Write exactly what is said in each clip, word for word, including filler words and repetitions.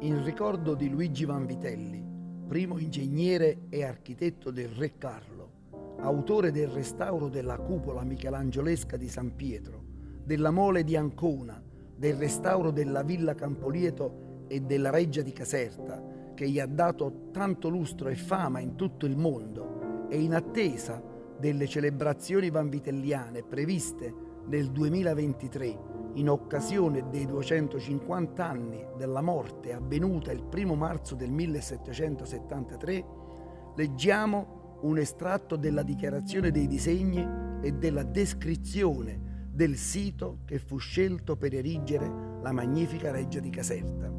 In ricordo di Luigi Vanvitelli, primo ingegnere e architetto del Re Carlo, autore del restauro della cupola michelangiolesca di San Pietro, della Mole di Ancona, del restauro della Villa Campolieto e della Reggia di Caserta, che gli ha dato tanto lustro e fama in tutto il mondo, e in attesa delle celebrazioni vanvitelliane previste nel duemilaventitré, in occasione dei duecentocinquanta anni della morte avvenuta il primo marzo del millesettecentosettantatré, leggiamo un estratto della dichiarazione dei disegni e della descrizione del sito che fu scelto per erigere la magnifica Reggia di Caserta.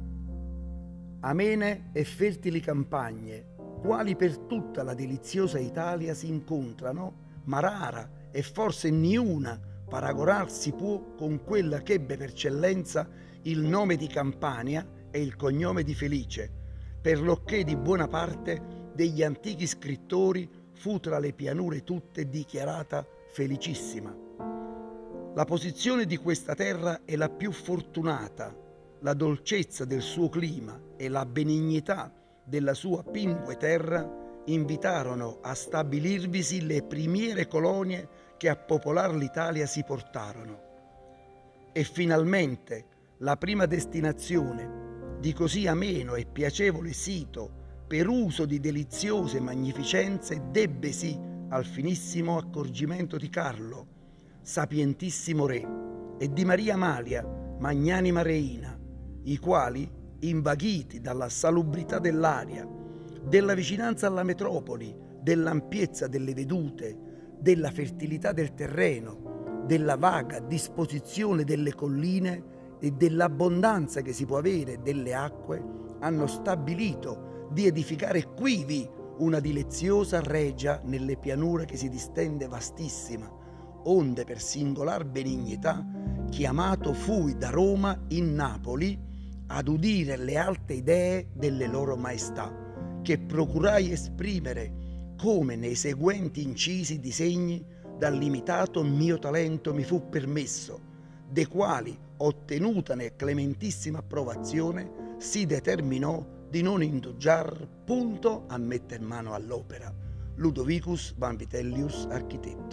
Amene e fertili campagne, quali per tutta la deliziosa Italia si incontrano, ma rara e forse niuna paragonarsi può con quella che ebbe per eccellenza il nome di Campania e il cognome di Felice, per lo che di buona parte degli antichi scrittori fu tra le pianure tutte dichiarata felicissima. La posizione di questa terra è la più fortunata, la dolcezza del suo clima e la benignità della sua pingue terra invitarono a stabilirvisi le primiere colonie che a popolar l'Italia si portarono. E finalmente la prima destinazione di così ameno e piacevole sito per uso di deliziose magnificenze debbesi al finissimo accorgimento di Carlo, sapientissimo re, e di Maria Amalia, magnanima reina, i quali, invaghiti dalla salubrità dell'aria, della vicinanza alla metropoli, dell'ampiezza delle vedute, della fertilità del terreno, della vaga disposizione delle colline e dell'abbondanza che si può avere delle acque, hanno stabilito di edificare quivi una dileziosa regia nelle pianure che si distende vastissima, onde per singolar benignità chiamato fui da Roma in Napoli ad udire le alte idee delle loro maestà, che procurai esprimere come nei seguenti incisi disegni dal limitato mio talento mi fu permesso, de quali, ottenutane clementissima approvazione, si determinò di non indugiar punto a metter mano all'opera. Ludovicus Vanvitellius, architetto.